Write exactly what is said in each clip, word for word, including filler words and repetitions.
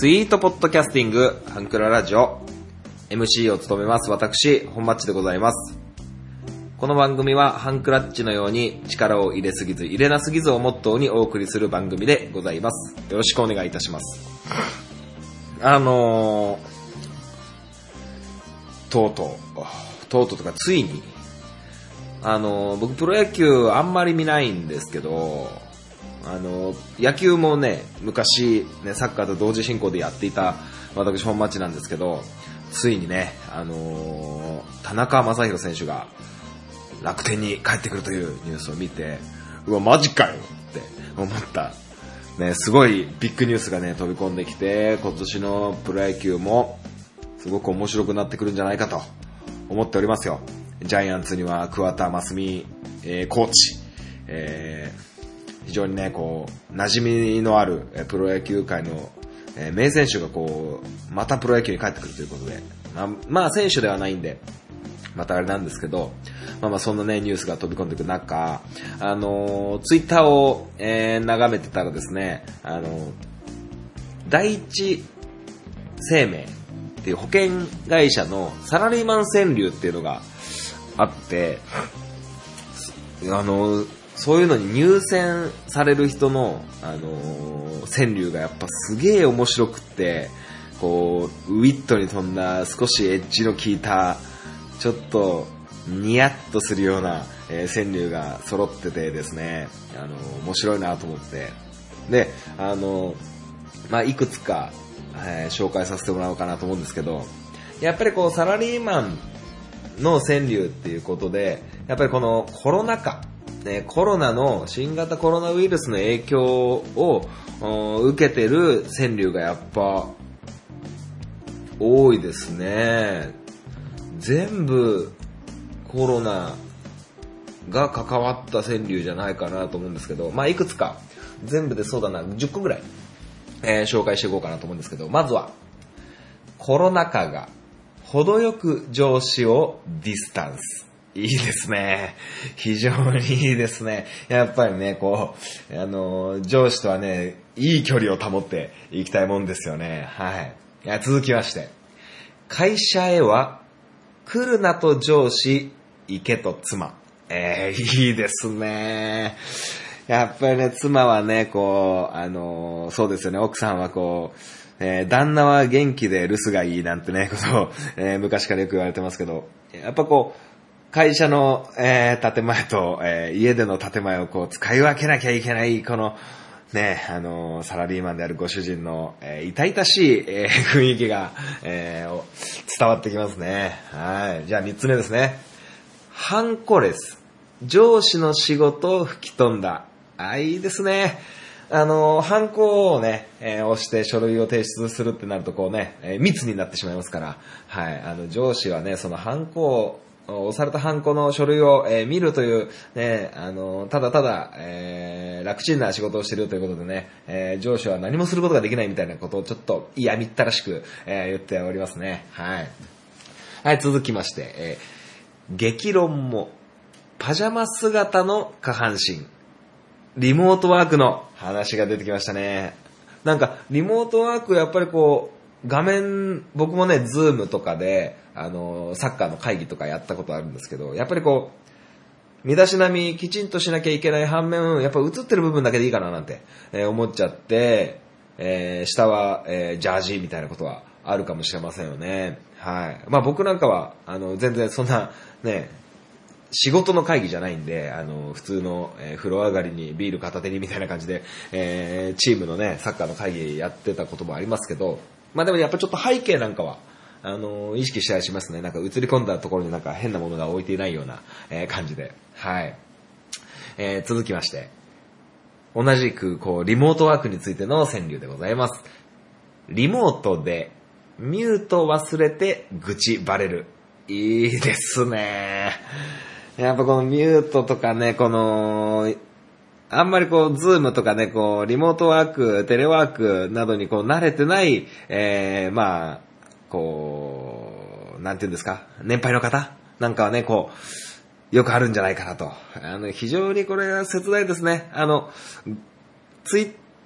スイートポッドキャスティングハンクララジオ エムシー を務めます私本マッチでございます。この番組はハンクラッチのように力を入れすぎず入れなすぎずをモットーにお送りする番組でございます。よろしくお願いいたします。あのー、とうとうとうとうとかついにあのー、僕プロ野球あんまり見ないんですけど、あの野球もね昔ねサッカーと同時進行でやっていた私本マッチなんですけど、ついにねあのー、田中将大選手が楽天に帰ってくるというニュースを見て、うわマジかよって思ったね、すごいビッグニュースがね飛び込んできて、今年のプロ野球もすごく面白くなってくるんじゃないかと思っておりますよ。ジャイアンツには桑田真澄、えー、コーチ、えー非常にねこう馴染みのあるプロ野球界の名選手がこうまたプロ野球に帰ってくるということで、まあ、まあ選手ではないんでまたあれなんですけど、まあまあそんなねニュースが飛び込んでくる中、あのツイッターを、えー、眺めてたらですね、あの第一生命っていう保険会社のサラリーマン川柳っていうのがあって、あのそういうのに入選される人の、あのー、川柳がやっぱすげえ面白くって、こう、ウィットに富んだ少しエッジの効いた、ちょっとニヤッとするような、えー、川柳が揃っててですね、あのー、面白いなと思って。で、あのー、まあ、いくつか、えー、紹介させてもらおうかなと思うんですけど、やっぱりこう、サラリーマンの川柳っていうことで、やっぱりこのコロナ禍、ね、コロナの新型コロナウイルスの影響を受けてる川柳がやっぱ多いですね。全部コロナが関わった川柳じゃないかなと思うんですけど、まあいくつか全部でそうだなじゅっこぐらい、えー、紹介していこうかなと思うんですけど、まずはコロナ禍が程よく上司をディスタンス。いいですね。非常にいいですね。やっぱりね、こう、あの、上司とはね、いい距離を保っていきたいもんですよね。はい。いや続きまして。会社へは、来るなと上司、行けと妻。えー、いいですね。やっぱりね、妻はね、こう、あの、そうですよね、奥さんはこう、えー、旦那は元気で留守がいいなんてね、ことを、えー、昔からよく言われてますけど、やっぱこう、会社の、えー、建前と、えー、家での建前をこう使い分けなきゃいけない、この、ね、あのー、サラリーマンであるご主人の、えー、痛々しい、えー、雰囲気が、えー、伝わってきますね。はい。じゃあ三つ目ですね。ハンコレス。上司の仕事を吹き飛んだ。あ、いいですね。あのー、ハンコをね、えー、押して書類を提出するってなるとこうね、えー、密になってしまいますから、はい。あの、上司はね、そのハンコを押されたハンコの書類を、えー、見るという、ね、あの、ただただ、えー、楽ちんな仕事をしているということでね、えー、上司は何もすることができないみたいなことをちょっと嫌みったらしく、えー、言っておりますね。はい。はい、続きまして、えー、激論も、パジャマ姿の下半身、リモートワークの話が出てきましたね。なんか、リモートワークやっぱりこう、画面、僕もね、ズームとかで、あの、サッカーの会議とかやったことあるんですけど、やっぱりこう、身だしなみきちんとしなきゃいけない反面、やっぱ映ってる部分だけでいいかななんて、えー、思っちゃって、えー、下は、えー、ジャージみたいなことはあるかもしれませんよね。はい。まあ僕なんかは、あの、全然そんな、ね、仕事の会議じゃないんで、あの、普通の、えー、風呂上がりにビール片手にみたいな感じで、えー、チームのね、サッカーの会議やってたこともありますけど、まあでもやっぱちょっと背景なんかは、あのー、意識したりしますね。なんか映り込んだところになんか変なものが置いていないような、えー、感じで。はい。えー、続きまして。同じく、こう、リモートワークについての川柳でございます。リモートで、ミュート忘れて愚痴バレる。いいですね。やっぱこのミュートとかね、この、あんまりこう、ズームとかね、こう、リモートワーク、テレワークなどにこう、慣れてない、えー、まあ、こう、なんていうんですか、年配の方なんかはね、こう、よくあるんじゃないかなと。あの、非常にこれが切ないですね。あの、ツイッ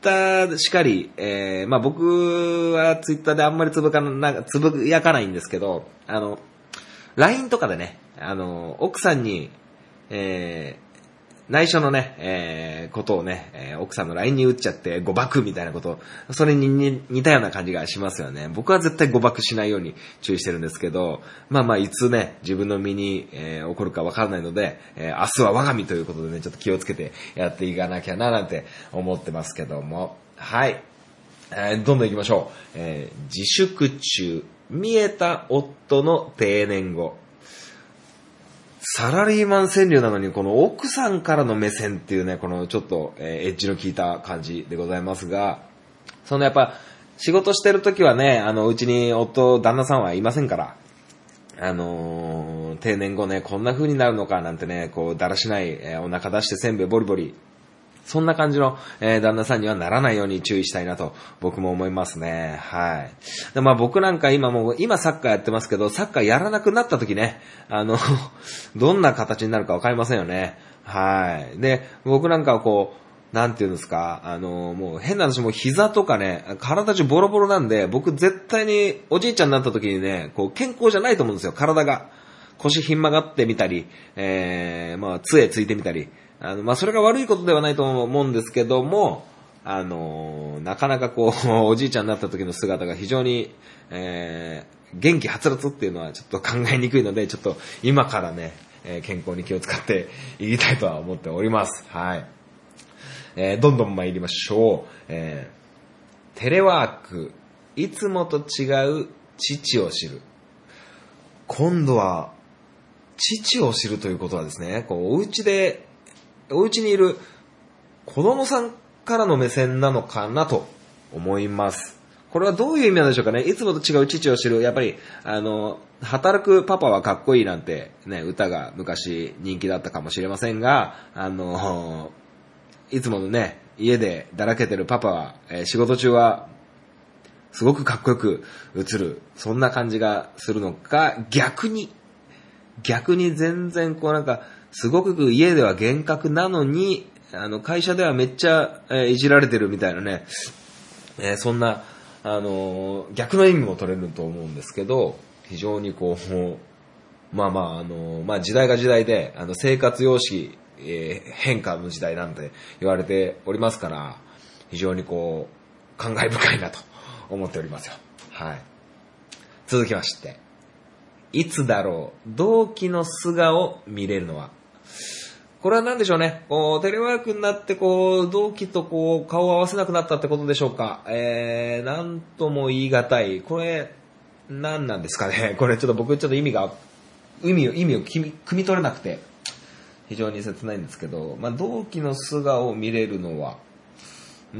ターしかり、えー、まあ僕はツイッターであんまりつぶかな、つぶやかないんですけど、あの、ライン とかでね、あの、奥さんに、えー、内緒のね、えー、ことをね、えー、奥さんの ライン に打っちゃって誤爆みたいなこと、それに似たような感じがしますよね。僕は絶対誤爆しないように注意してるんですけど、まあまあいつね、自分の身に、えー、起こるかわからないので、えー、明日は我が身ということでね、ちょっと気をつけてやっていかなきゃななんて思ってますけども。はい。えー、どんどん行きましょう。えー、自粛中、見えた夫の定年後。サラリーマン川柳なのにこの奥さんからの目線っていうね、このちょっと、えー、エッジの効いた感じでございますが、そのやっぱ仕事してる時はね、あのうちに夫、旦那さんはいませんから、あのー、定年後ね、こんな風になるのかなんてね、こうだらしない、えー、お腹出してせんべいボリボリ、そんな感じの、えー、旦那さんにはならないように注意したいなと僕も思いますね。はい。でまあ僕なんか今もう、今サッカーやってますけど、サッカーやらなくなった時ね、あの、どんな形になるかわかりませんよね。はい。で、僕なんかはこう、なんていうんですか、あの、もう変な話、もう膝とかね、体中ボロボロなんで、僕絶対におじいちゃんになった時にね、こう健康じゃないと思うんですよ、体が。腰ひん曲がってみたり、えー、まあ杖ついてみたり、あの、まあ、それが悪いことではないと思うんですけども、あの、なかなかこう、おじいちゃんになった時の姿が非常に、えー、元気はつらつっていうのはちょっと考えにくいので、ちょっと今からね、えー、健康に気を使っていきたいとは思っております。はい。えー、どんどん参りましょう。えー、テレワーク、いつもと違う父を知る。今度は、父を知るということはですね、こう、お家で、お家にいる子供さんからの目線なのかなと思います。これはどういう意味なんでしょうかね。いつもと違う父を知る。やっぱり、あの、働くパパはかっこいいなんてね、歌が昔人気だったかもしれませんが、あの、いつものね、家でだらけてるパパは、えー、仕事中はすごくかっこよく映る。そんな感じがするのか、逆に、逆に全然こうなんか、すごく家では厳格なのに、あの、会社ではめっちゃ、えー、いじられてるみたいなね、えー、そんな、あのー、逆の意味も取れると思うんですけど、非常にこう、まあまあ、あのー、まあ時代が時代で、あの、生活様式、えー、変化の時代なんて言われておりますから、非常にこう、感慨深いなと思っておりますよ。はい。続きまして、いつだろう、同期の素顔見れるのは。これは何でしょうね。こう、テレワークになって、こう、同期とこう、顔を合わせなくなったってことでしょうか。えー、なんとも言い難い。これ、何なんですかね。これちょっと僕ちょっと意味が、意味を、意味を汲み、汲み取れなくて、非常に切ないんですけど、まあ、同期の素顔を見れるのは、うー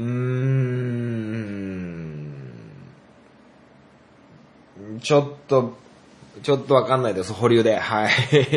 ん、ちょっと、ちょっとわかんないです。保留で。はい。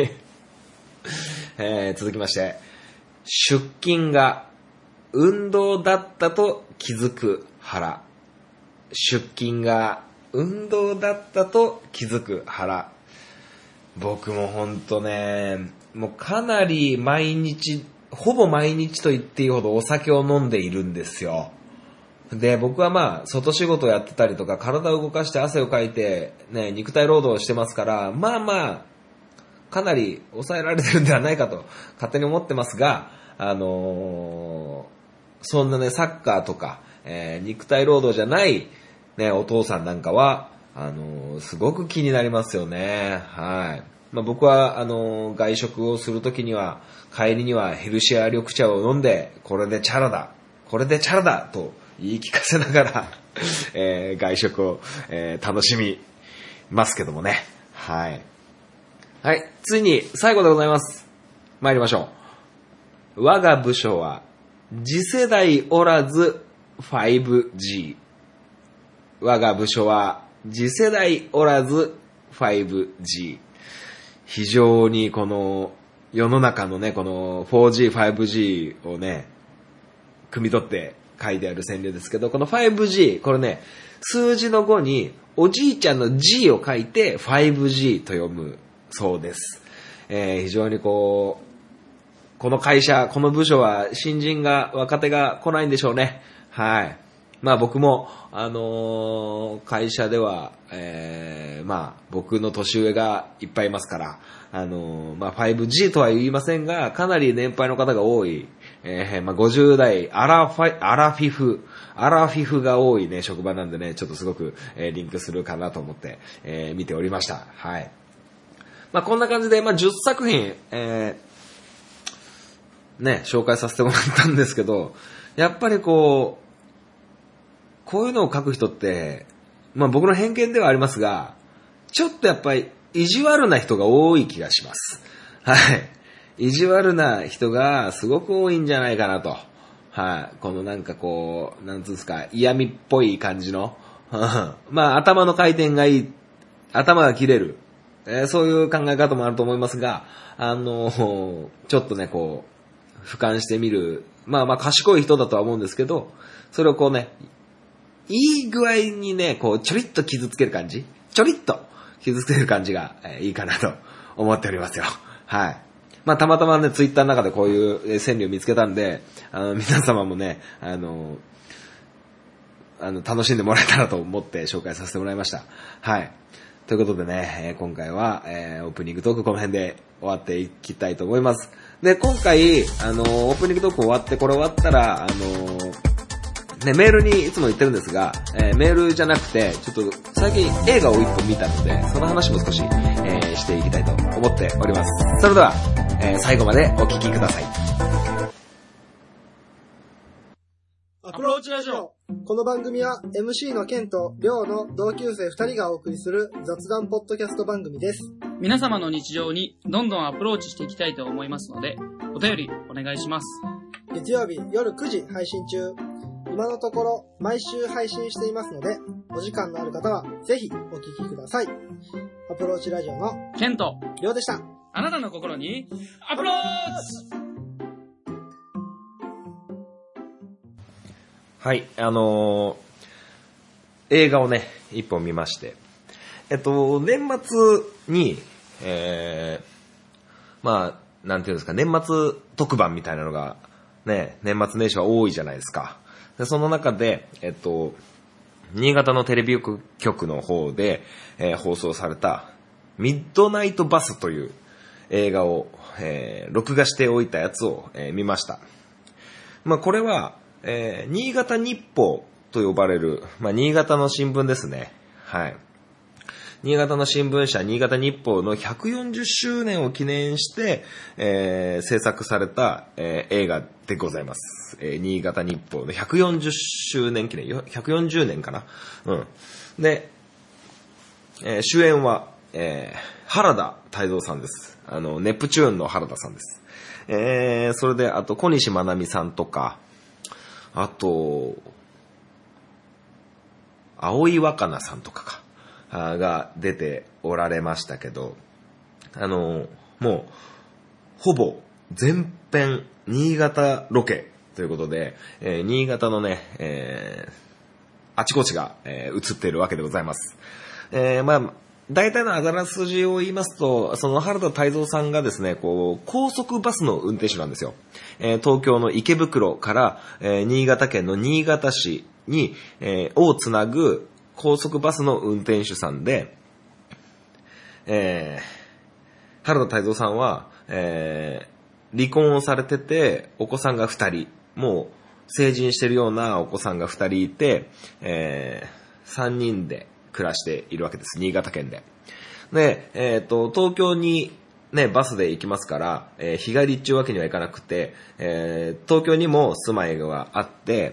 えー、続きまして、出勤が運動だったと気づく腹。出勤が運動だったと気づく腹。僕もほんとね、もうかなり毎日、ほぼ毎日と言っていいほどお酒を飲んでいるんですよ。で、僕はまあ、外仕事をやってたりとか、体を動かして汗をかいて、ね、肉体労働をしてますから、まあまあ、かなり抑えられてるんではないかと勝手に思ってますが、あのー、そんなね、サッカーとか、えー、肉体労働じゃない、ね、お父さんなんかは、あのー、すごく気になりますよね。はい。まあ、僕は、あのー、外食をするときには、帰りにはヘルシア緑茶を飲んで、これでチャラだ、これでチャラだと言い聞かせながら、えー、外食を、えー、楽しみますけどもね。はい。はい、ついに最後でございます。参りましょう。我が部署は次世代おらず ファイブジー。我が部署は次世代おらず ファイブジー。非常にこの世の中のね、この フォージー、ファイブジー をね、汲み取って書いてある川柳ですけど、この ファイブジー、これね、数字のごにおじいちゃんの G を書いて ファイブジー と読むそうです。えー、非常にこう、この会社、この部署は新人が、若手が来ないんでしょうね。 はい。まあ僕も、あのー、会社では、えー、まあ僕の年上がいっぱいいますから、あのー、まあ ファイブジー とは言いませんが、かなり年配の方が多い、えー、まあごじゅう代、アラファ、アラフィフ、アラフィフが多いね、職場なんでね、ちょっとすごく、えー、リンクするかなと思って、えー、見ておりました。はい。まあこんな感じで、まあじゅっさく品、えー、ね、紹介させてもらったんですけど、やっぱりこう、こういうのを書く人って、まあ僕の偏見ではありますが、ちょっとやっぱり意地悪な人が多い気がします。はい。意地悪な人がすごく多いんじゃないかなと。はい。このなんかこう、なんつうんですか、嫌味っぽい感じの。まあ頭の回転がいい、頭が切れる。えー、そういう考え方もあると思いますが、あのー、ちょっとね、こう、俯瞰してみる。まあまあ賢い人だとは思うんですけど、それをこうね、いい具合にね、こう、ちょりっと傷つける感じちょりっと傷つける感じが、えー、いいかなと思っておりますよ。はい。まあ、たまたまね、ツイッターの中でこういう川柳を見つけたんで、あの、皆様もね、あの、あの、楽しんでもらえたらと思って紹介させてもらいました。はい。ということでね、えー、今回は、えー、オープニングトークこの辺で終わっていきたいと思います。で、今回、あの、オープニングトーク終わって、これ終わったら、あの、ね、メールにいつも言ってるんですが、えー、メールじゃなくて、ちょっと最近映画を一本見たので、その話も少し、えー、していきたいと思っております。それでは、えー、最後までお聞きください。 アプローチラジオ。この番組は エムシー のケンとリョウの同級生ふたりがお送りする雑談ポッドキャスト番組です。 皆様の日常にどんどんアプローチしていきたいと思いますので、お便りお願いします。 月曜日夜くじ配信中。今のところ毎週配信していますので、お時間のある方はぜひお聞きください。アプローチラジオのケント、 リョウでした。 あなたの心にアプローチ。 はい、あのー、映画をね、一本見まして、えっと、年末に、えー、まあ、なんていうんですか、年末特番みたいなのが、ね、年末年始は多いじゃないですか。でその中で、えっと、新潟のテレビ局の方で、えー、放送された、ミッドナイトバスという映画を、えー、録画しておいたやつを、えー、見ました。まあ、これは、えー、新潟日報と呼ばれる、まあ、新潟の新聞ですね。はい。新潟の新聞社、新潟日報のひゃくよんじゅっしゅうねんを記念して、えー、制作された、えー、映画でございます。えー、新潟日報のひゃくよんじゅっしゅうねん記念、ひゃくよんじゅうねんかな。うん。で、えー、主演は、えー、原田泰造さんです。あの、ネプチューンの原田さんです。えー、それで、あと、小西真奈美さんとか、あと、青井若菜さんとかか、が出ておられましたけど、あの、もう、ほぼ全編新潟ロケということで、えー、新潟のね、えー、あちこちが、えー、映っているわけでございます。えー、まあ、大体のあざらすじを言いますと、その原田泰造さんがですね、こう、高速バスの運転手なんですよ。えー、東京の池袋から、えー、新潟県の新潟市に、えー、をつなぐ高速バスの運転手さんで、えー、原田泰造さんは、えー、離婚をされてて、お子さんがふたり、もう成人してるようなお子さんがふたりいて、えー、さんにんで暮らしているわけです。新潟県で。で、えっと、東京にね、バスで行きますから、えー、日帰りっていうわけにはいかなくて、えー、東京にも住まいがあって、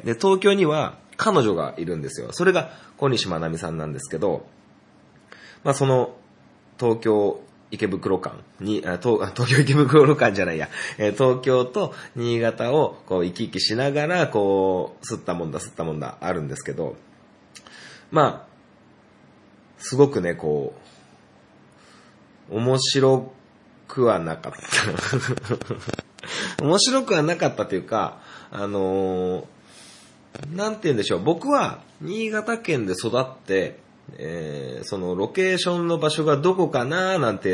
で、東京には彼女がいるんですよ。それが小西真奈美さんなんですけど、まあ、その、東京池袋間に、あ 東, 東京池袋間じゃないや、えー、東京と新潟をこう行き来しながら、こう、吸ったもんだ、吸ったもんだ、あるんですけど、まあ、すごくね、こう、面白くはなかった。面白くはなかったというか、あのー、なんて言うんでしょう。僕は新潟県で育って、えー、そのロケーションの場所がどこかなーなんて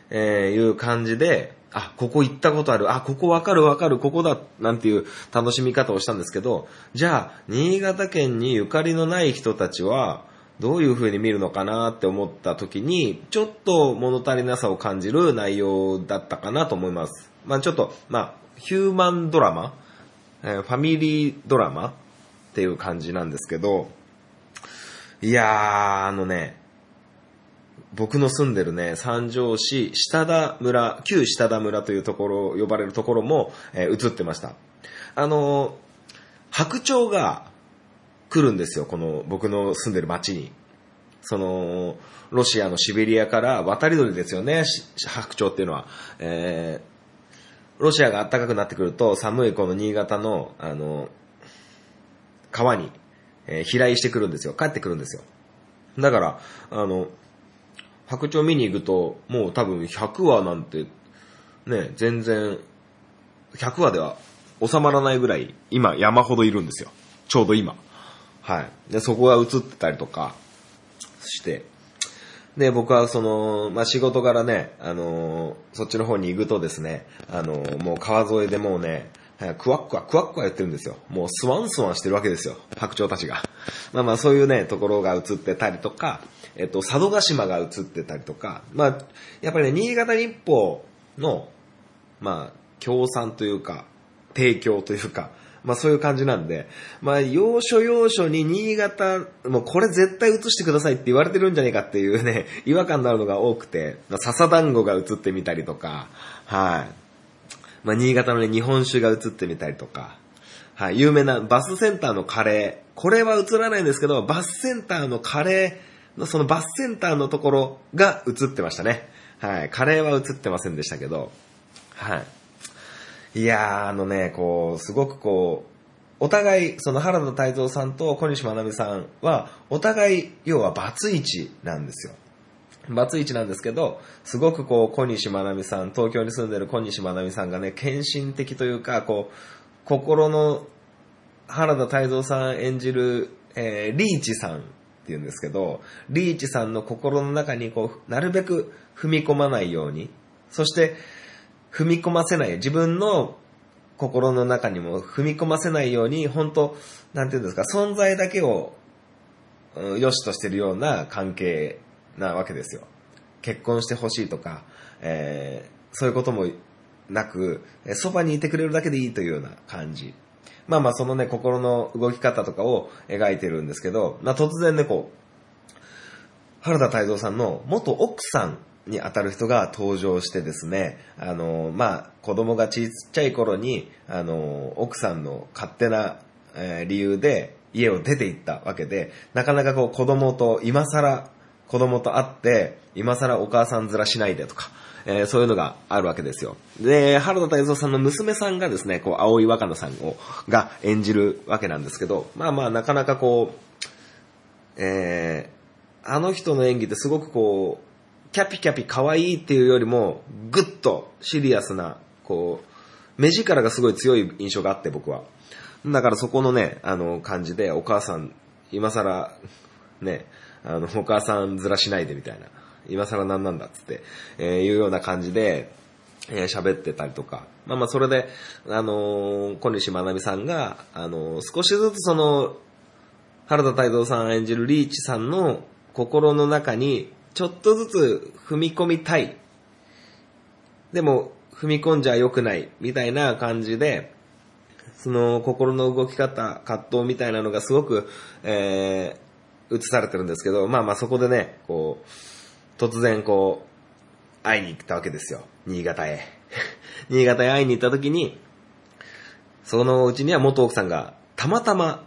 えー、いう感じで、あ、ここ行ったことある、あ、ここわかるわかる、ここだ、なんていう楽しみ方をしたんですけど、じゃあ、新潟県にゆかりのない人たちは、どういう風に見るのかなって思った時に、ちょっと物足りなさを感じる内容だったかなと思います。まあちょっと、まあ、ヒューマンドラマ、えー、ファミリードラマっていう感じなんですけど、いやー、あのね、僕の住んでるね、三条市下田村、旧下田村というところ、呼ばれるところも、えー、映ってました。あのー、白鳥が来るんですよ、この僕の住んでる町に。その、ロシアのシベリアから渡り鳥ですよね、白鳥っていうのは。えー、ロシアが暖かくなってくると、寒いこの新潟の、あの、川に、えー、飛来してくるんですよ。帰ってくるんですよ。だから、あの、白鳥見に行くと、もう多分ひゃくわなんて、ね、全然、ひゃくわでは収まらないぐらい、今山ほどいるんですよ。ちょうど今。はい。で、そこが映ってたりとかして、で、僕はその、まあ、仕事からね、あのー、そっちの方に行くとですね、あのー、もう川沿いでもうね、クワックワ、クワックワ言ってるんですよ。もうスワンスワンしてるわけですよ。白鳥たちが。まあまあそういうね、ところが映ってたりとか、えっと、佐渡島が映ってたりとか、まあ、やっぱりね、新潟日報の、まあ、協賛というか、提供というか、まあそういう感じなんで、まあ要所要所に新潟、もうこれ絶対映してくださいって言われてるんじゃねえかっていうね、違和感のあるのが多くて、まあ、笹団子が映ってみたりとか、はい。まあ新潟のね、日本酒が映ってみたりとか、はい。有名なバスセンターのカレー。これは映らないんですけど、バスセンターのカレーのそのバスセンターのところが映ってましたね。はい。カレーは映ってませんでしたけど、はい。いやー、あのね、こう、すごくこう、お互い、その原田泰造さんと小西真奈美さんは、お互い、要はバツイチなんですよ。バツイチなんですけど、すごくこう、小西真奈美さん、東京に住んでる小西真奈美さんがね、献身的というか、こう、心の、原田泰造さん演じる、えー、リーチさんっていうんですけど、リーチさんの心の中にこう、なるべく踏み込まないように、そして、踏み込ませない、自分の心の中にも踏み込ませないように、本当なんていうんですか、存在だけを、うん、良しとしているような関係なわけですよ。結婚してほしいとか、えー、そういうこともなく、そばにいてくれるだけでいいというような感じ。まあまあそのね、心の動き方とかを描いてるんですけど、まあ突然ね、こう、原田泰造さんの元奥さんに当たる人が登場してですね、あの、まあ、子供がちっちゃい頃に、あの、奥さんの勝手な、えー、理由で家を出て行ったわけで、なかなかこう子供と今更子供と会って、今更お母さん面しないでとか、えー、そういうのがあるわけですよ。で、原田泰造さんの娘さんがですね、こう、青井若菜さんを、が演じるわけなんですけど、まあまあ、なかなかこう、えー、あの人の演技ってすごくこう、キャピキャピ可愛いっていうよりも、ぐっとシリアスな、こう、目力がすごい強い印象があって、僕は。だからそこのね、あの、感じで、お母さん、今更、ね、あの、お母さん面しないでみたいな。今更なんなんだっつって、えー、いうような感じで、えー、喋ってたりとか。まあまあ、それで、あのー、小西真奈美さんが、あのー、少しずつその、原田泰造さん演じるリーチさんの心の中に、ちょっとずつ踏み込みたい。でも、踏み込んじゃ良くない。みたいな感じで、その心の動き方、葛藤みたいなのがすごく、えー、映されてるんですけど、まあまあそこでね、こう、突然こう、会いに行ったわけですよ。新潟へ。新潟へ会いに行った時に、そのうちには元奥さんがたまたま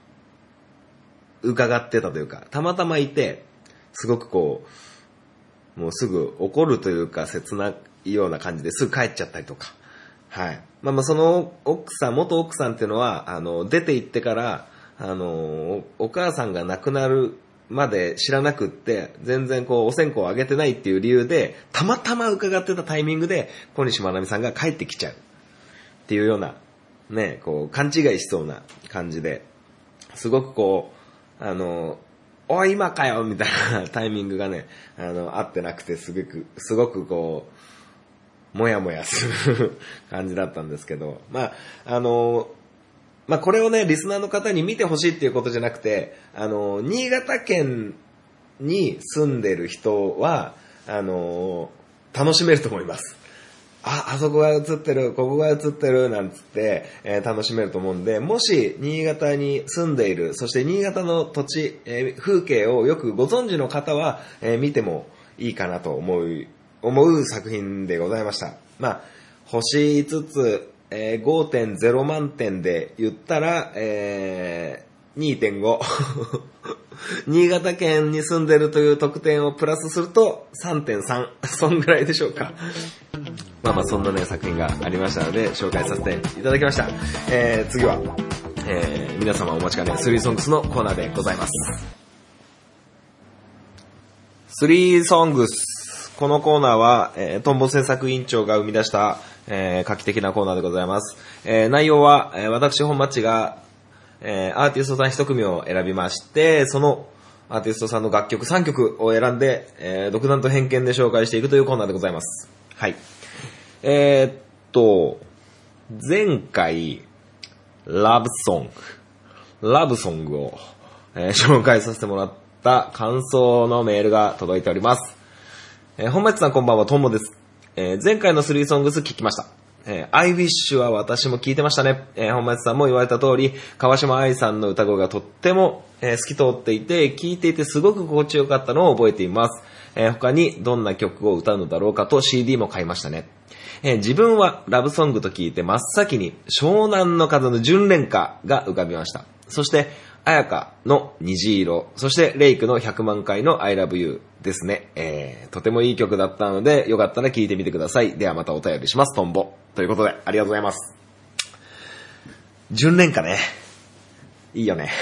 伺ってたというか、たまたまいて、すごくこう、もうすぐ怒るというか切ないような感じですぐ帰っちゃったりとか。はい。まあまあその奥さん、元奥さんっていうのは、あの、出て行ってから、あの、お母さんが亡くなるまで知らなくって、全然こう、お線香をあげてないっていう理由で、たまたま伺ってたタイミングで、小西真奈美さんが帰ってきちゃう。っていうような、ね、こう、勘違いしそうな感じで、すごくこう、あの、 おい今かよみたいなタイミングがね、あの、合ってなくてすごく、すごくこう、もやもやする感じだったんですけど、まあ、あの、まあこれをね、リスナーの方に見てほしいっていうことじゃなくて、あの、新潟県に住んでる人は、あの、楽しめると思います。あ、あそこが映ってる、ここが映ってる、なんつって、えー、楽しめると思うんで、もし、新潟に住んでいる、そして新潟の土地、えー、風景をよくご存知の方は、えー、見てもいいかなと思う、思う作品でございました。まあ、星いつつ、えー、ごてんゼロ 満点で言ったら、えー、にてんご。新潟県に住んでるという得点をプラスすると さんてんさん。そんぐらいでしょうか。まあまあそんなね作品がありましたので紹介させていただきました。えー、次は、えー、皆様お待ちかねスリーソングスのコーナーでございます。スリーソングス。このコーナーは、えー、トンボ制作委員長が生み出した、えー、画期的なコーナーでございます。えー、内容は、えー、私本マッチがえー、アーティストさん一組を選びまして、そのアーティストさんの楽曲さんきょくを選んで、えー、独断と偏見で紹介していくというコーナーでございます。はい。えー、っと、前回、ラブソング、ラブソングを、えー、紹介させてもらった感想のメールが届いております。えー、本町さんこんばんは、トンボです。えー、前回のスリーソングス聞きました。えー、I Wish は私も聞いてましたね。えー、本町さんも言われた通り、川島愛さんの歌声がとっても、えー、透き通っていて、聴いていてすごく心地よかったのを覚えています。えー、他にどんな曲を歌うのだろうかと シーディー も買いましたね。えー、自分はラブソングと聞いて真っ先に湘南の風の純恋歌が浮かびました。そして、彩香の虹色、そしてレイクのひゃくまんかいの I love you ですね。えー、とてもいい曲だったので、よかったら聴いてみてください。ではまたお便りします。トンボ。ということで、ありがとうございます。純恋歌ね。いいよね。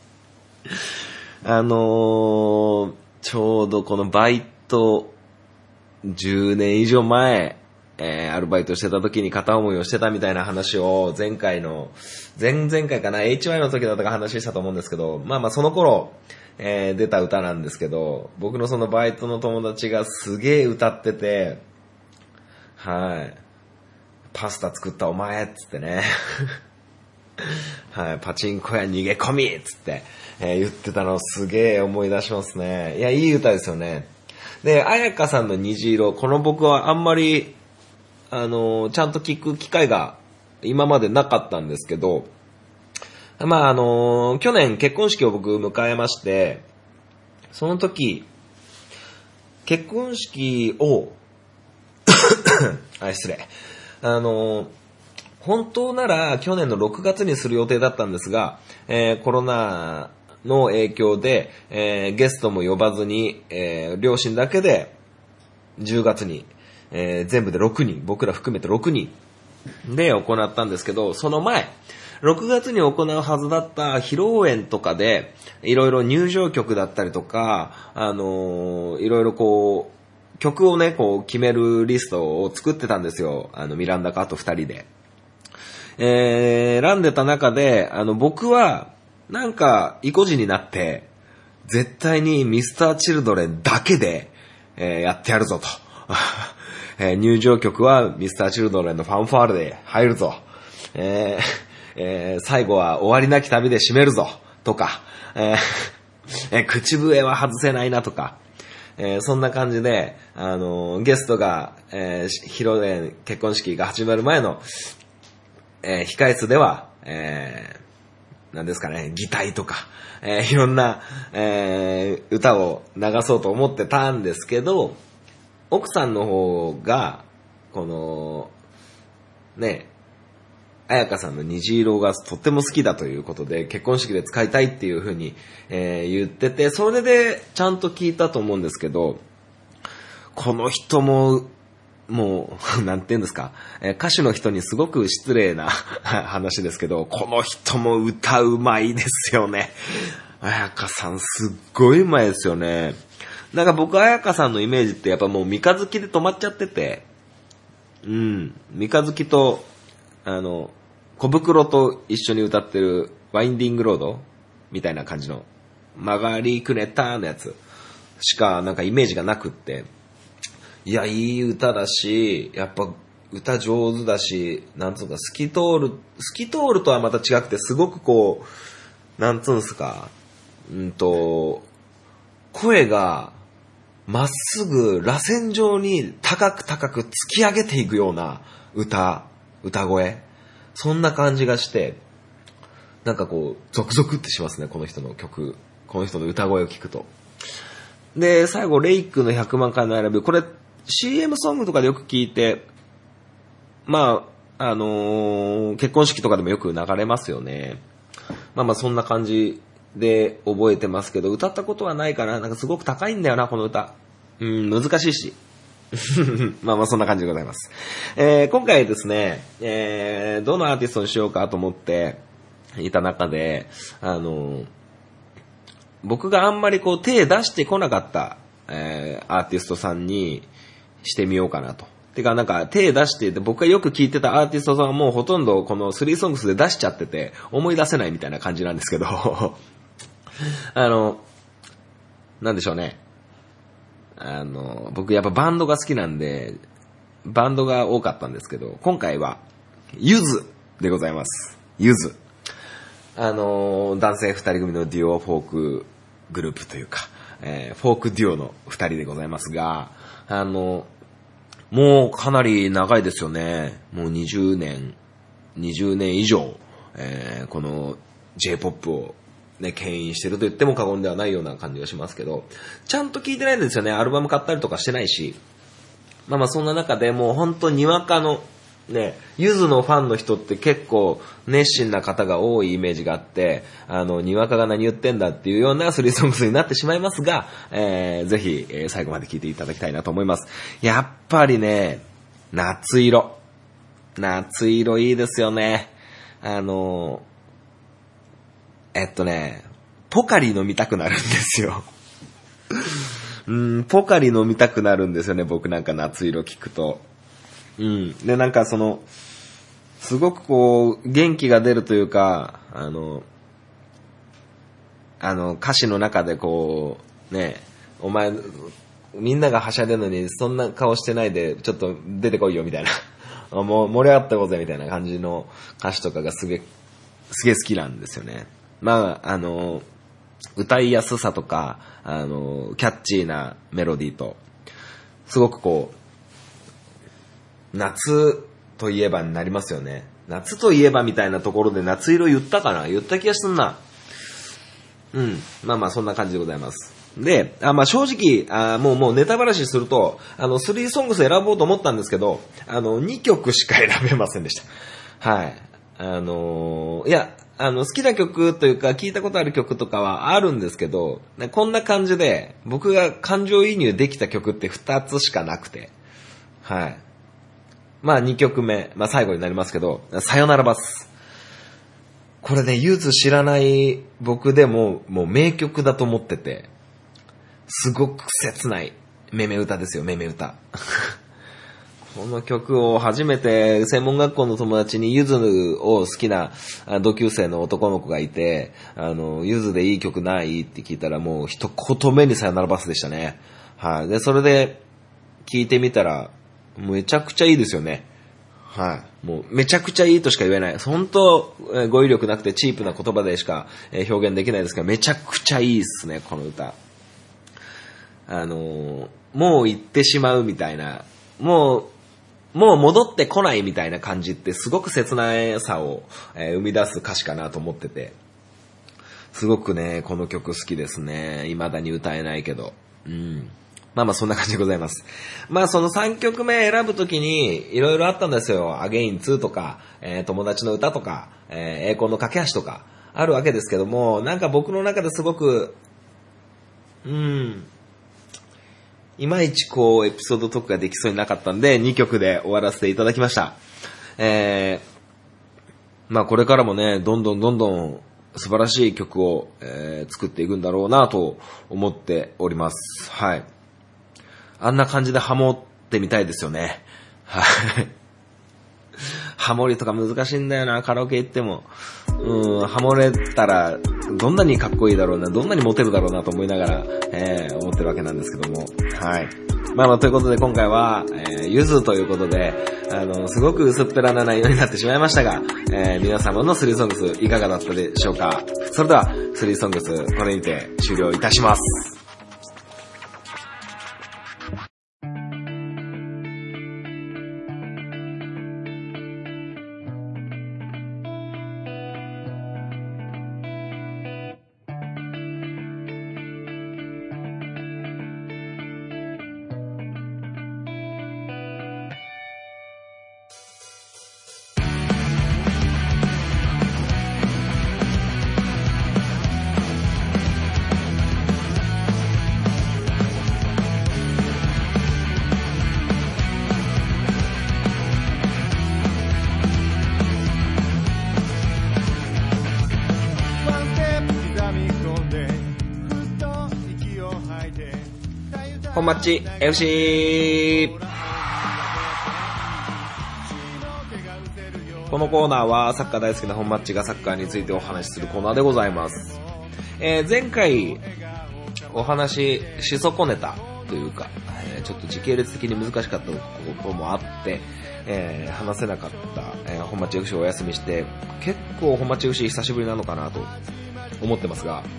あのー、ちょうどこのバイト、じゅうねん以上前、えー、アルバイトしてた時に片思いをしてたみたいな話を前回の、前々回かな、エイチワイ の時だったか話したと思うんですけど、まあまあその頃、えー、出た歌なんですけど、僕のそのバイトの友達がすげー歌ってて、はい。パスタ作ったお前っつってね。はい。パチンコ屋逃げ込みっつって、えー、言ってたのをすげー思い出しますね。いや、いい歌ですよね。で、彩香さんの虹色、この僕はあんまり、あのー、ちゃんと聞く機会が今までなかったんですけど、まああのー、去年結婚式を僕迎えまして、その時、結婚式を、あ、失礼。あのー、本当なら去年のろくがつにする予定だったんですが、えー、コロナの影響で、えー、ゲストも呼ばずに、えー、両親だけでじゅうがつに、えー、全部でろくにん、僕ら含めてろくにんで行ったんですけど、その前、ろくがつに行うはずだった披露宴とかで、いろいろ入場曲だったりとか、あのー、いろいろこう、曲をね、こう決めるリストを作ってたんですよ。あの、ミランダかあと二人で。えー、選んでた中で、あの、僕は、なんか、意固地になって、絶対にミスターチルドレンだけで、えー、やってやるぞと。えー、入場曲はミスターチルドレンのファンファーレで入るぞ。えーえー、最後は終わりなき旅で締めるぞ。とか、えーえー、口笛は外せないなとか、えー、そんな感じで、あのー、ゲストが、えー、披露宴、結婚式が始まる前の、えー、控え室では、えー、なんですかね、擬態とか、えー、いろんな、えー、歌を流そうと思ってたんですけど、奥さんの方が、この、ね、彩香さんの虹色がとっても好きだということで、結婚式で使いたいっていう風に、えー、言ってて、それでちゃんと聞いたと思うんですけど、この人も、もう、なんて言うんですか、えー、歌手の人にすごく失礼な話ですけど、この人も歌うまいですよね。彩香さんすっごいうまいですよね。なんか僕、彩香さんのイメージってやっぱもう三日月で止まっちゃってて、うん、三日月と、あの、小袋と一緒に歌ってるワインディングロードみたいな感じの曲がりくねったのやつしかなんかイメージがなくって、いや、いい歌だし、やっぱ歌上手だし、なんつうか、透き通る、透き通るとはまた違くて、すごくこう、なんつうんすか、うんと、声が、まっすぐ螺旋状に高く高く突き上げていくような歌、歌声。そんな感じがして、なんかこう、ゾクゾクってしますね、この人の曲。この人の歌声を聞くと。で、最後、レイクのひゃくまんかいの選び。これ、シーエム ソングとかでよく聞いて、まあ、あのー、結婚式とかでもよく流れますよね。まあまあ、そんな感じで覚えてますけど、歌ったことはないかな。なんかすごく高いんだよな、この歌。うん、難しいし。まあまあ、そんな感じでございます。えー、今回ですね、えー、どのアーティストにしようかと思っていた中で、あのー、僕があんまりこう手出してこなかった、えー、アーティストさんにしてみようかなと。てかなんか手出してて、僕がよく聞いてたアーティストさんはもうほとんどこのスリーソングスで出しちゃってて思い出せないみたいな感じなんですけどあのなんでしょうね、あの僕やっぱバンドが好きなんでバンドが多かったんですけど、今回はゆずでございます。ゆず、あの男性二人組のデュオフォークグループというか、えー、フォークデュオの二人でございますが、あのもうかなり長いですよね。もうにじゅうねん、にじゅうねん以上、えー、この J-ポップ をね、牽引してると言っても過言ではないような感じがしますけど、ちゃんと聞いてないんですよね。アルバム買ったりとかしてないし。まあまあそんな中でもう本当にわかの、ね、ゆずのファンの人って結構熱心な方が多いイメージがあって、あの、にわかが何言ってんだっていうようなスリーソングスになってしまいますが、えー、ぜひ、えー、最後まで聞いていただきたいなと思います。やっぱりね、夏色。夏色いいですよね。あの、えっとね、ポカリ飲みたくなるんですよ。うん、ポカリ飲みたくなるんですよね、僕なんか夏色聞くと。うん。で、なんかその、すごくこう、元気が出るというか、あの、あの、歌詞の中でこう、ね、お前、みんながはしゃいでるのに、そんな顔してないで、ちょっと出てこいよ、みたいな。もう盛り上がってこうぜ、みたいな感じの歌詞とかがすげえ、すげえ好きなんですよね。まあ、あの、歌いやすさとか、あの、キャッチーなメロディーと、すごくこう、夏といえばになりますよね。夏といえばみたいなところで夏色言ったかな？言った気がすんな。うん。まあまあそんな感じでございます。で、あまあ正直、あもうもうネタ話すると、あの、スリーソングス選ぼうと思ったんですけど、あの、にきょくしか選べませんでした。はい。あのー、いや、あの、好きな曲というか、聞いたことある曲とかはあるんですけど、こんな感じで、僕が感情移入できた曲ってふたつしかなくて、はい。まあにきょくめ、まあ最後になりますけど、さよならバス。これね、ゆず知らない僕でも、もう名曲だと思ってて、すごく切ないめめ歌ですよ、めめ歌。この曲を初めて専門学校の友達にゆずを好きな同級生の男の子がいて、あの、ゆずでいい曲ないって聞いたらもう一言目にさよならバスでしたね。はい。で、それで聞いてみたら、めちゃくちゃいいですよね。はい。もうめちゃくちゃいいとしか言えない。本当、語彙力なくてチープな言葉でしか表現できないですけど、めちゃくちゃいいですね、この歌。あの、もう行ってしまうみたいな、もう、もう戻ってこないみたいな感じってすごく切なさを、えー、生み出す歌詞かなと思ってて、すごくね、この曲好きですね。未だに歌えないけど。うん。まあまあそんな感じでございます。まあそのさんきょくめ選ぶときにいろいろあったんですよ。アゲインツーとか、えー、友達の歌とか、えー、栄光の架け橋とかあるわけですけども、なんか僕の中ですごく、うん、いまいちこうエピソードトークができそうになかったんでにきょくで終わらせていただきました。えー、まあこれからもね、どんどんどんどん素晴らしい曲を、えー、作っていくんだろうなと思っております。はい。あんな感じでハモってみたいですよね。はい。ハモりとか難しいんだよな、カラオケ行っても。うん、ハモれたらどんなにかっこいいだろうな、どんなにモテるだろうなと思いながら、えー、思ってるわけなんですけども。はい。まあまあ、ということで今回は、えー、ゆずということで、あの、すごく薄っぺらな内容になってしまいましたが、えー、皆様のスリーソングスいかがだったでしょうか。それでは、スリーソングスこれにて終了いたします。本マッチ エフシー。 このコーナーはサッカー大好きな本マッチがサッカーについてお話しするコーナーでございます。えー、前回お話しし損ねたというか、えー、ちょっと時系列的に難しかったこともあって、えー、話せなかった、えー、本マッチ エフシー をお休みして、結構本マッチ エフシー 久しぶりなのかなと思ってますが、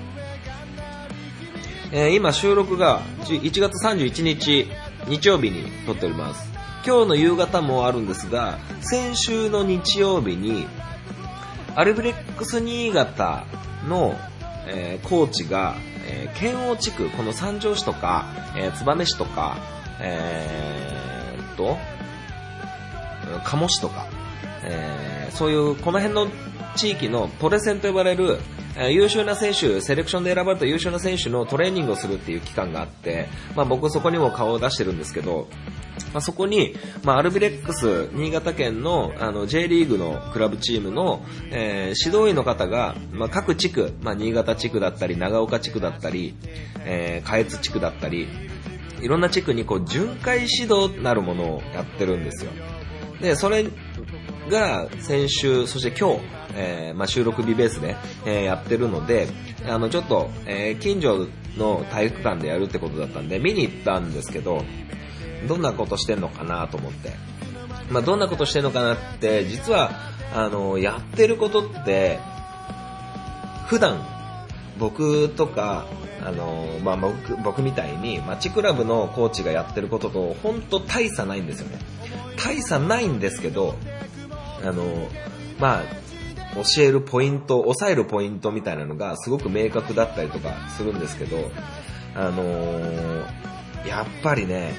えー、今収録がいちがつさんじゅういちにち日曜日に撮っております。今日の夕方もあるんですが、先週の日曜日にアルビレックス新潟の、えー、コーチが、えー、県央地区、この三条市とか、えー、燕市とか、えー、っと鴨市とか、えー、そういうこの辺の地域のトレセンと呼ばれる優秀な選手、セレクションで選ばれた優秀な選手のトレーニングをするっていう期間があって、まあ僕そこにも顔を出してるんですけど、まあそこに、まあアルビレックス新潟県のあの J リーグのクラブチームの、えー、指導員の方が、まあ各地区、まあ新潟地区だったり、長岡地区だったり、えー、下越地区だったり、いろんな地区にこう巡回指導なるものをやってるんですよ。で、それが先週、そして今日、えーまあ、収録日ベースで、えー、やってるので、あのちょっと、えー、近所の体育館でやるってことだったんで見に行ったんですけど、どんなことしてんのかなと思って、まあ、どんなことしてんのかなって、実はあのやってることって普段僕とかあの、まあ、僕, 僕みたいにマッチクラブのコーチがやってることと本当大差ないんですよね。大差ないんですけど、あのまあ教えるポイント、抑えるポイントみたいなのがすごく明確だったりとかするんですけど、あのー、やっぱりね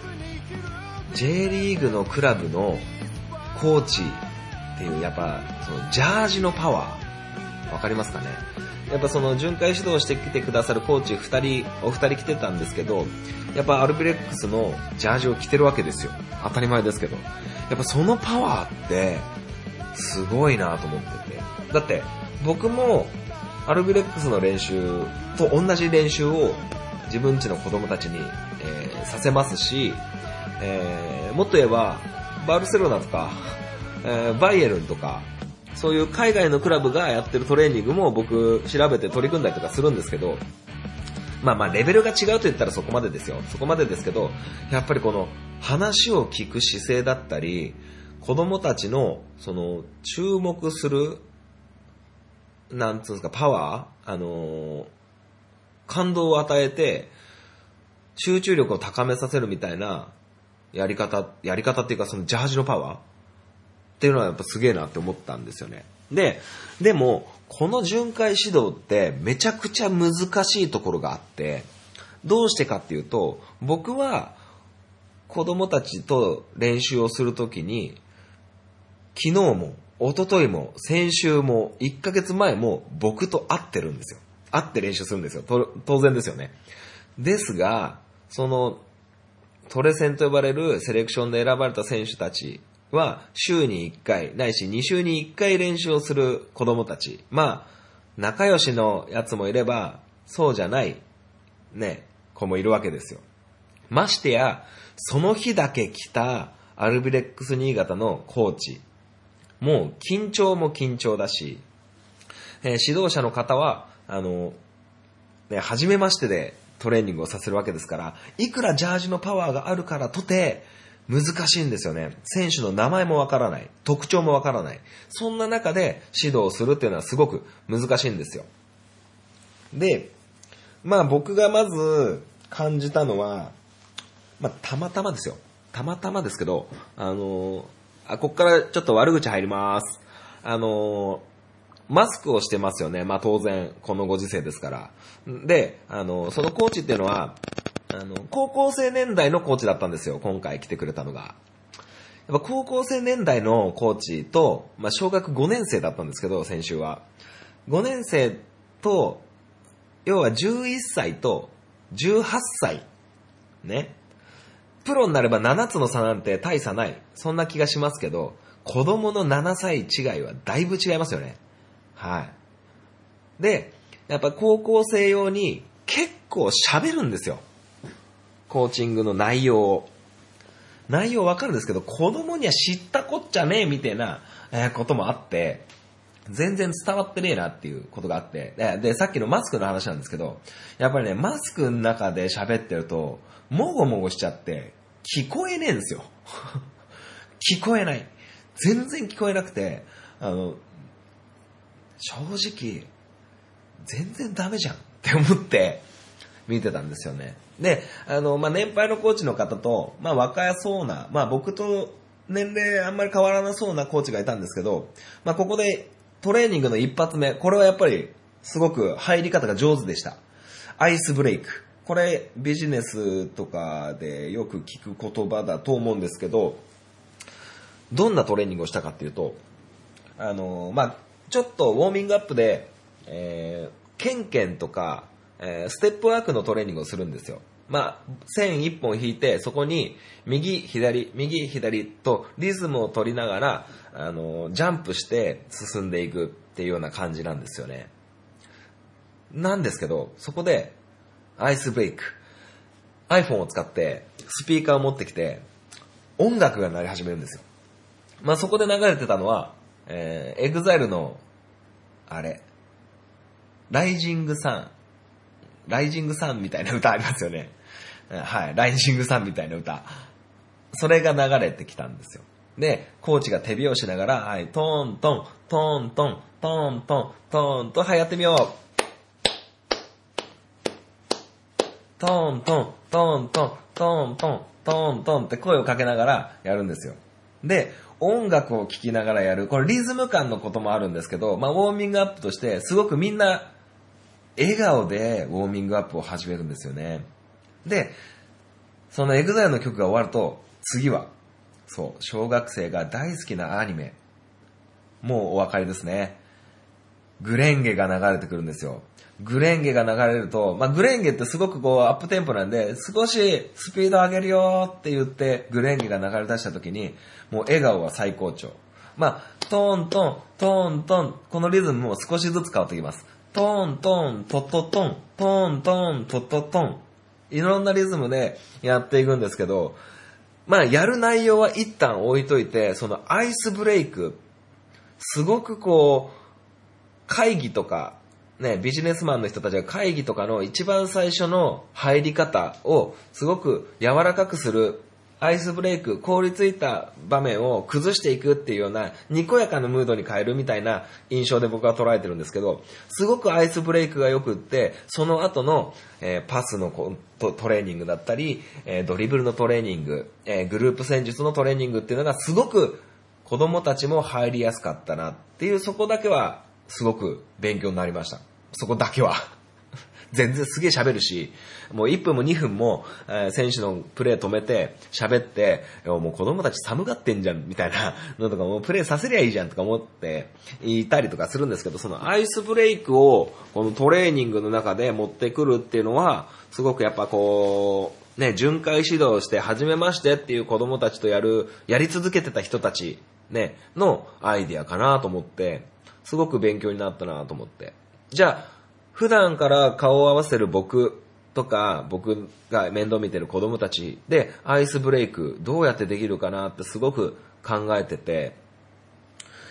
J リーグのクラブのコーチっていう、やっぱそのジャージのパワーわかりますかね。やっぱその巡回指導してきてくださるコーチふたりお二人来てたんですけど、やっぱアルビレックスのジャージを着てるわけですよ。当たり前ですけど、やっぱそのパワーってすごいなと思ってて、だって僕もアルビレックスの練習と同じ練習を自分家の子供たちに、えー、させますし、えー、もっと言えばバルセロナとか、えー、バイエルンとかそういう海外のクラブがやってるトレーニングも僕調べて取り組んだりとかするんですけど、まあまあレベルが違うと言ったらそこまでですよ。そこまでですけど、やっぱりこの話を聞く姿勢だったり、子供たちのその注目するなんつうんですか、パワー、あのー、感動を与えて集中力を高めさせるみたいなやり方、やり方っていうかそのジャージのパワーっていうのはやっぱすげえなって思ったんですよね。で、でもこの巡回指導ってめちゃくちゃ難しいところがあって、どうしてかっていうと、僕は子供たちと練習をするときに昨日も一昨日も先週もいっかげつまえも僕と会ってるんですよ。会って練習するんですよ。当然ですよね。ですが、そのトレセンと呼ばれるセレクションで選ばれた選手たちは週にいっかいないしにしゅうにいっかい練習をする子供たち。まあ仲良しのやつもいればそうじゃないね子もいるわけですよ。ましてやその日だけ来たアルビレックス新潟のコーチ、もう緊張も緊張だし、えー、指導者の方はああの、ね、初めましてでトレーニングをさせるわけですから、いくらジャージのパワーがあるからとて、難しいんですよね。選手の名前もわからない。特徴もわからない。そんな中で指導するっていうのはすごく難しいんですよ。で、まあ僕がまず感じたのは、まあたまたまですよ。たまたまですけど、あのー、あ、こっからちょっと悪口入ります。あのー、マスクをしてますよね。まあ当然、このご時世ですから。で、あのー、そのコーチっていうのは、あの、高校生年代のコーチだったんですよ。今回来てくれたのが。やっぱ高校生年代のコーチと、まあ小学ごねん生だったんですけど、先週は。ごねん生と、要はじゅういっさいとじゅうはっさい。ね。プロになればななつの差なんて大差ない。そんな気がしますけど、子供のななさい違いはだいぶ違いますよね。はい。で、やっぱ高校生用に結構喋るんですよ。コーチングの内容を。内容わかるんですけど、子供には知ったこっちゃねえみたいなこともあって、全然伝わってねえなっていうことがあって、で、でさっきのマスクの話なんですけど、やっぱりね、マスクの中で喋ってると、もごもごしちゃって、聞こえねえんですよ。聞こえない。全然聞こえなくて、あの、正直、全然ダメじゃんって思って見てたんですよね。で、あの、まあ、年配のコーチの方と、まあ、若そうな、まあ、僕と年齢あんまり変わらなそうなコーチがいたんですけど、まあ、ここでトレーニングの一発目、これはやっぱりすごく入り方が上手でした。アイスブレイク。これビジネスとかでよく聞く言葉だと思うんですけど、どんなトレーニングをしたかっていうと、あの、まあ、ちょっとウォーミングアップで、えー、ケンケンとか、えー、ステップワークのトレーニングをするんですよ。まあ、線一本引いて、そこに右、左、右、左とリズムを取りながら、あの、ジャンプして進んでいくっていうような感じなんですよね。なんですけど、そこで、アイスブレイク。iPhone を使って、スピーカーを持ってきて、音楽が鳴り始めるんですよ。まあ、そこで流れてたのは、えー、エグザイルの、あれ、ライジングサン。ライジングサンみたいな歌ありますよね。はい。ライジングサンみたいな歌。それが流れてきたんですよ。で、コーチが手拍子しながら、はい、トーントン、トーントン、トーントン、トーンと、はい、やってみよう。トーントン、トーントン、トーントン、トーントンって声をかけながらやるんですよ。で、音楽を聴きながらやる。これリズム感のこともあるんですけど、まあ、ウォーミングアップとして、すごくみんな、笑顔でウォーミングアップを始めるんですよね。で、そのエグザイルの曲が終わると、次は、そう、小学生が大好きなアニメ。もうお分かりですね。グレンゲが流れてくるんですよ。グレンゲが流れると、まあ、グレンゲってすごくこうアップテンポなんで、少しスピード上げるよって言って、グレンゲが流れ出した時に、もう笑顔は最高潮。まあ、トーントン、トーントン、このリズムも少しずつ変わってきます。トーントン、トトトン、トーントン、トトトン。いろんなリズムでやっていくんですけど、まあ、やる内容は一旦置いといて、そのアイスブレイク、すごくこう、会議とか、ね、ビジネスマンの人たちが会議とかの一番最初の入り方をすごく柔らかくするアイスブレイク、凍りついた場面を崩していくっていうようなにこやかなムードに変えるみたいな印象で僕は捉えてるんですけど、すごくアイスブレイクがよくって、その後の、えー、パスのトレーニングだったり、えー、ドリブルのトレーニング、えー、グループ戦術のトレーニングっていうのがすごく子供たちも入りやすかったなっていう、そこだけはすごく勉強になりました。そこだけは。全然すげえ喋るし、もういっぷんもにふんも、えー、選手のプレー止めて喋って、もう子供たち寒がってんじゃんみたいなのとか、もうプレーさせりゃいいじゃんとか思っていたりとかするんですけど、そのアイスブレイクをこのトレーニングの中で持ってくるっていうのは、すごくやっぱこう、ね、巡回指導して初めましてっていう子供たちとやる、やり続けてた人たち、ね、のアイディアかなと思って、すごく勉強になったなと思って。じゃあ、普段から顔を合わせる僕とか、僕が面倒見てる子供たちでアイスブレイクどうやってできるかなってすごく考えてて、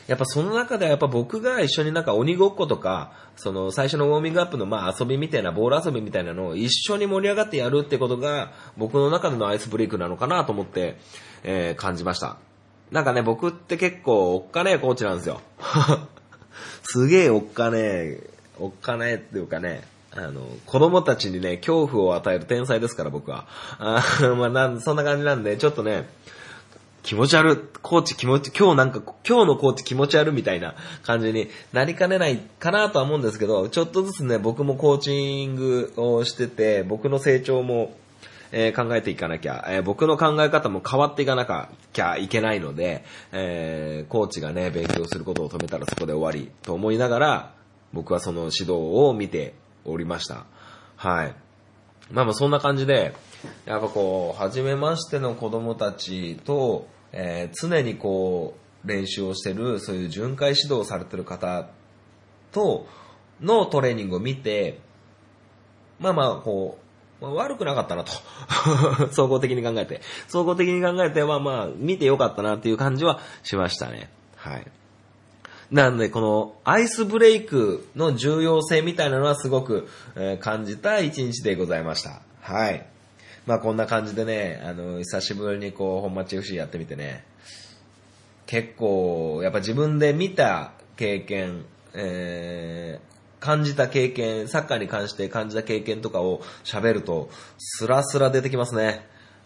やっぱその中ではやっぱ僕が一緒になんか鬼ごっことか、その最初のウォーミングアップのまあ遊びみたいな、ボール遊びみたいなのを一緒に盛り上がってやるってことが僕の中でのアイスブレイクなのかなと思って、えー、感じました。なんかね、僕って結構おっかねえコーチなんですよ。すげえおっかねえ、おっかねえっていうかね、あの、子供たちにね、恐怖を与える天才ですから僕は。あまあなん、そんな感じなんで、ちょっとね、気持ち悪い、コーチ気持ち、今日なんか、今日のコーチ気持ち悪いみたいな感じになりかねないかなとは思うんですけど、ちょっとずつね、僕もコーチングをしてて、僕の成長も、えー、考えていかなきゃ、えー、僕の考え方も変わっていかなきゃいけないので、えー、コーチがね、勉強することを止めたらそこで終わりと思いながら、僕はその指導を見ておりました。はい。まあまあそんな感じで、やっぱこう、初めましての子供たちと、えー、常にこう、練習をしてる、そういう巡回指導をされてる方とのトレーニングを見て、まあまあこう、まあ、悪くなかったなと。総合的に考えて。総合的に考えてはまあ、見てよかったなっていう感じはしましたね。はい。なので、このアイスブレイクの重要性みたいなのはすごく、えー、感じた一日でございました。はい。まあこんな感じでね、あの、久しぶりにこう、本町 エフシー やってみてね、結構、やっぱ自分で見た経験、えー、感じた経験、サッカーに関して感じた経験とかを喋ると、スラスラ出てきますね。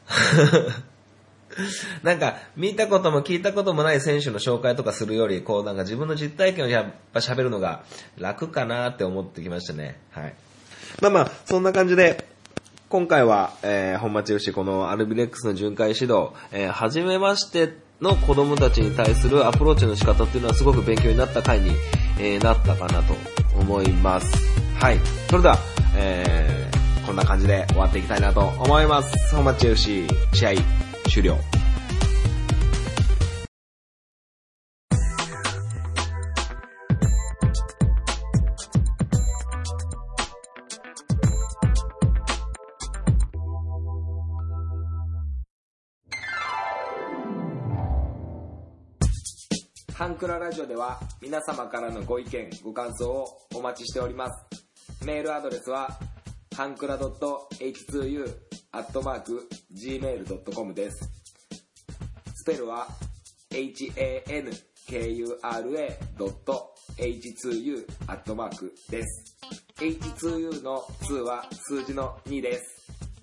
なんか、見たことも聞いたこともない選手の紹介とかするより、こうなんか自分の実体験をやっぱ喋るのが楽かなって思ってきましたね。はい。まあまあ、そんな感じで、今回は、えー、本町 エフシー このアルビレックスの巡回指導、えー、初めましての子供たちに対するアプローチの仕方っていうのはすごく勉強になった回に、えー、なったかなと思います。はい。それでは、えー、こんな感じで終わっていきたいなと思います。本町 エフシー 試合終了。ハンクララジオでは皆様からのご意見ご感想をお待ちしております。メールアドレスはハンクラ .エイチツーユー アットマーク ジーメール ドットコム です。スペルは ハンクラ ドット エイチツーユー アットマーク です。エイチツーユー のには数字のにです。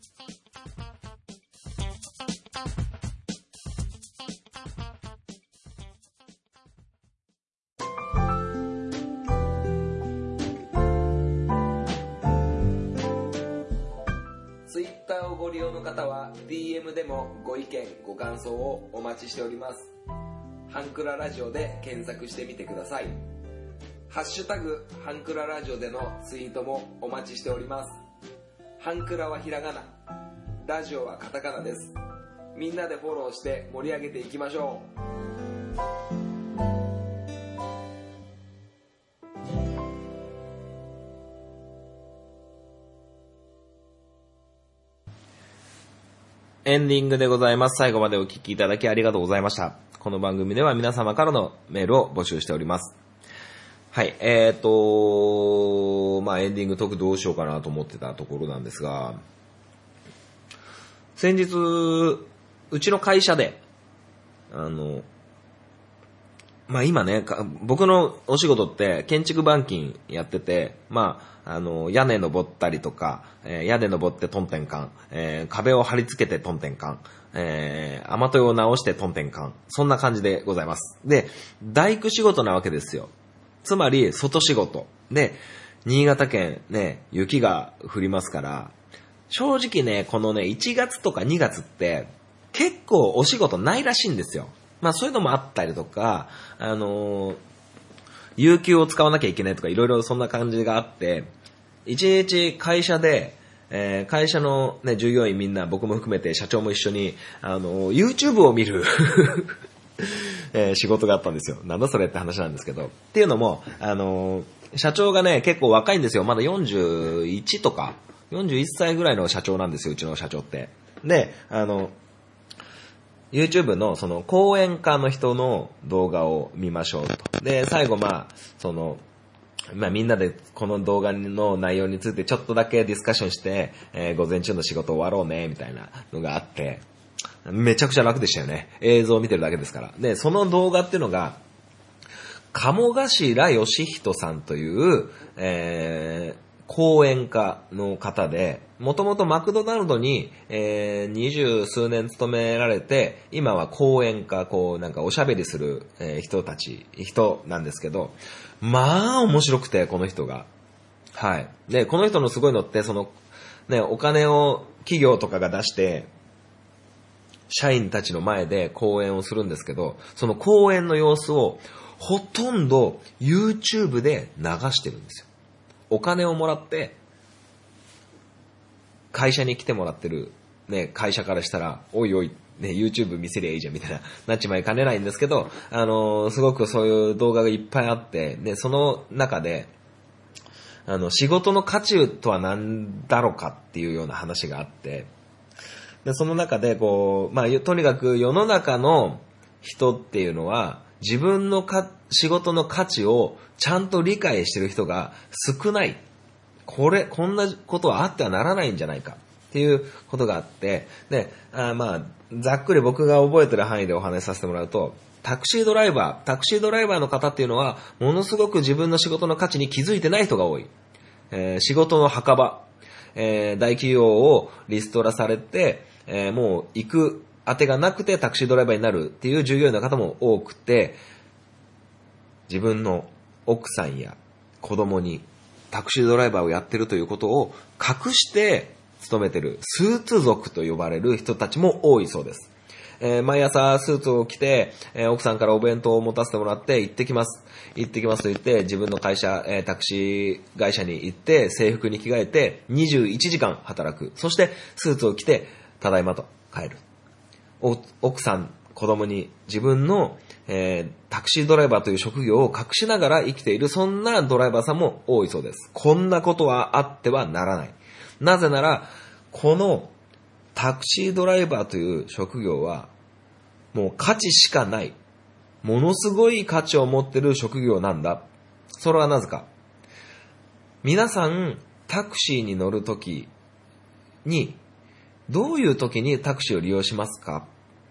ツイッターをご利用の方は ディーエム でもご意見ご感想をお待ちしております。ハンクララジオで検索してみてください。ハッシュタグハンクララジオでのツイートもお待ちしております。ハンクラはひらがな、ラジオはカタカナです。みんなでフォローして盛り上げていきましょう。エンディングでございます。最後までお聞きいただきありがとうございました。この番組では皆様からのメールを募集しております。はい、えーと、まあエンディングトークどうしようかなと思ってたところなんですが、先日、うちの会社で、あの、まあ今ね、僕のお仕事って建築板金やってて、まあ、あの、屋根登ったりとか、えー、屋根登ってトンテンカン、えー、壁を貼り付けてトンテンカン、えー、雨戸を直してトンテンカン、そんな感じでございます。で、大工仕事なわけですよ。つまり、外仕事。で、新潟県ね、雪が降りますから、正直ね、このね、いちがつとかにがつって、結構お仕事ないらしいんですよ。まあそういうのもあったりとか、あのー、有給を使わなきゃいけないとかいろいろそんな感じがあって、一日会社で、えー、会社のね、従業員みんな僕も含めて社長も一緒に、あのー、YouTube を見る、えー、仕事があったんですよ。なんだそれって話なんですけど。っていうのも、あのー、社長がね、結構若いんですよ。まだよんじゅういちとか、よんじゅういっさいぐらいの社長なんですよ、うちの社長って。で、あの、 YouTube のその講演家の人の動画を見ましょうと。で、最後まあ、その、まあみんなでこの動画の内容についてちょっとだけディスカッションして、えー、午前中の仕事終わろうね、みたいなのがあって、めちゃくちゃ楽でしたよね。映像を見てるだけですから。で、その動画っていうのが、鴨頭義人さんという、えー、講演家の方で、もともとマクドナルドに、えー、二十数年勤められて、今は講演家、こう、なんかおしゃべりする、えー、人たち、人なんですけど、まあ面白くて、この人が。はい。で、この人のすごいのって、その、ね、お金を企業とかが出して、社員たちの前で講演をするんですけど、その講演の様子を、ほとんど YouTube で流してるんですよ。お金をもらって、会社に来てもらってる、ね、会社からしたら、おいおい、ね、YouTube 見せりゃいいじゃんみたいな、なっちまいかねないんですけど、あのー、すごくそういう動画がいっぱいあって、ね、その中で、あの、仕事の価値とは何だろうかっていうような話があって、で、その中で、こう、まあ、とにかく世の中の人っていうのは、自分のか仕事の価値をちゃんと理解している人が少ない。これ、こんなことはあってはならないんじゃないかっていうことがあって、で、あまあ、ざっくり僕が覚えてる範囲でお話しさせてもらうと、タクシードライバー、タクシードライバーの方っていうのは、ものすごく自分の仕事の価値に気づいてない人が多い。えー、仕事の墓場、えー、大企業をリストラされて、えー、もう行く当てがなくてタクシードライバーになるっていう従業員の方も多くて、自分の奥さんや子供にタクシードライバーをやってるということを隠して勤めてるスーツ族と呼ばれる人たちも多いそうです。えー、毎朝スーツを着て、えー、奥さんからお弁当を持たせてもらって行ってきます行ってきますと言って自分の会社、えー、タクシー会社に行って制服に着替えてにじゅういちじかん働く。そしてスーツを着てただいまと帰る。奥さん、子供に自分の、えー、タクシードライバーという職業を隠しながら生きている、そんなドライバーさんも多いそうです。こんなことはあってはならない。なぜなら、このタクシードライバーという職業はもう価値しかない。ものすごい価値を持っている職業なんだ。それはなぜか。皆さん、タクシーに乗るときに、どういうときにタクシーを利用しますか？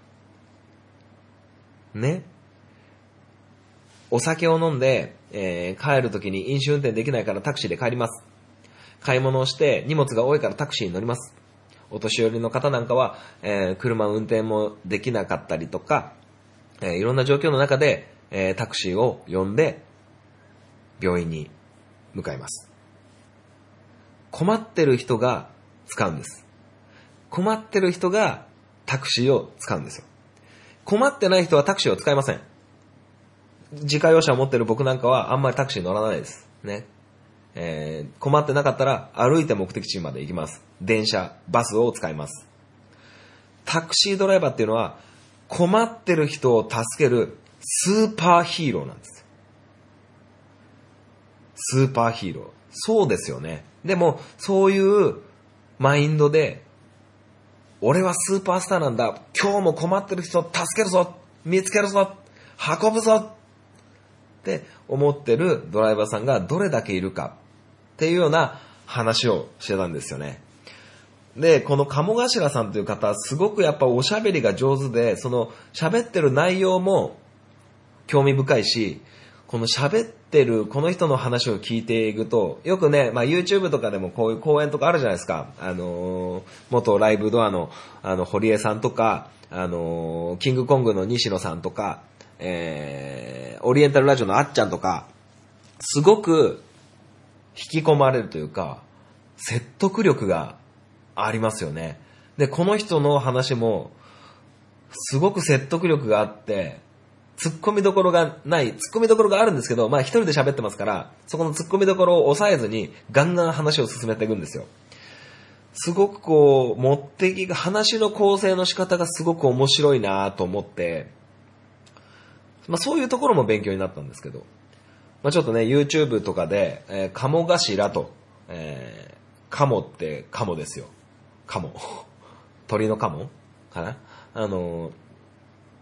ね。お酒を飲んで、えー、帰るときに飲酒運転できないからタクシーで帰ります。買い物をして荷物が多いからタクシーに乗ります。お年寄りの方なんかは、えー、車運転もできなかったりとか、えー、いろんな状況の中で、えー、タクシーを呼んで病院に向かいます。困ってる人が使うんです。困ってる人がタクシーを使うんですよ。困ってない人はタクシーを使いません。自家用車を持ってる僕なんかはあんまりタクシー乗らないです。ね。えー、困ってなかったら歩いて目的地まで行きます。電車、バスを使います。タクシードライバーっていうのは困ってる人を助けるスーパーヒーローなんですよ。スーパーヒーロー。そうですよね。でもそういうマインドで俺はスーパースターなんだ。今日も困ってる人を助けるぞ。見つけるぞ。運ぶぞ。って思ってるドライバーさんがどれだけいるかっていうような話をしてたんですよね。で、この鴨頭さんという方、すごくやっぱおしゃべりが上手で、その喋ってる内容も興味深いし、この喋ってるこの人の話を聞いていくと、よくね、まあ YouTube とかでもこういう講演とかあるじゃないですか。あのー、元ライブドアのあの堀江さんとか、あのー、キングコングの西野さんとか、えー、オリエンタルラジオのあっちゃんとか、すごく引き込まれるというか、説得力がありますよね。で、この人の話もすごく説得力があって、突っ込みどころがない、突っ込みどころがあるんですけど、まあ一人で喋ってますから、そこの突っ込みどころを抑えずにガンガン話を進めていくんですよ。すごくこう、持っていき、話の構成の仕方がすごく面白いなと思って、まあそういうところも勉強になったんですけど、まあちょっとね、YouTube とかで、えー、鴨頭と、えー、鴨って鴨ですよ。鴨。鳥の鴨かなあのー、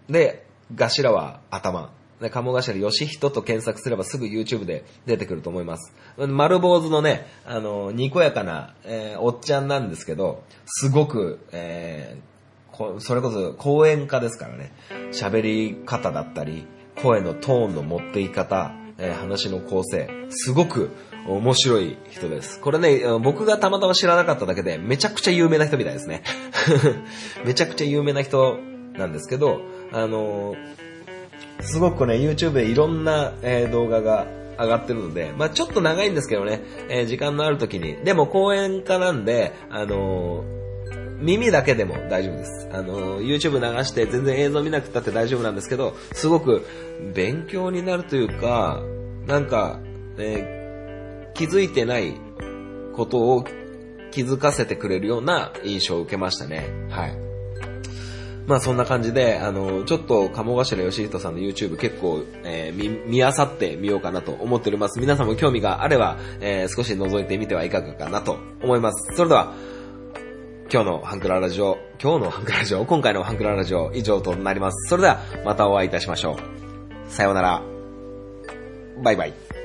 で、頭は頭。で、鴨頭義人と検索すればすぐ YouTube で出てくると思います。丸坊主のね、あの、にこやかな、えー、おっちゃんなんですけど、すごく、えー、こそれこそ講演家ですからね、喋り方だったり、声のトーンの持っていき方、えー、話の構成、すごく面白い人です。これね、僕がたまたま知らなかっただけで、めちゃくちゃ有名な人みたいですね。めちゃくちゃ有名な人なんですけど、あのー、すごくね、YouTube でいろんな、えー、動画が上がってるので、まあちょっと長いんですけどね、えー、時間のある時に。でも講演家なんで、あのー、耳だけでも大丈夫です。あのー、YouTube 流して全然映像見なくたって大丈夫なんですけど、すごく勉強になるというか、なんか、えー、気づいてないことを気づかせてくれるような印象を受けましたね。はい。まあそんな感じで、あの、ちょっと鴨頭義人さんの YouTube 結構、えー、見、見漁ってみようかなと思っております。皆さんも興味があれば、えー、少し覗いてみてはいかがかなと思います。それでは、今日のハンクララジオ、今日のハンクララジオ、今回のハンクララジオ以上となります。それでは、またお会いいたしましょう。さようなら。バイバイ。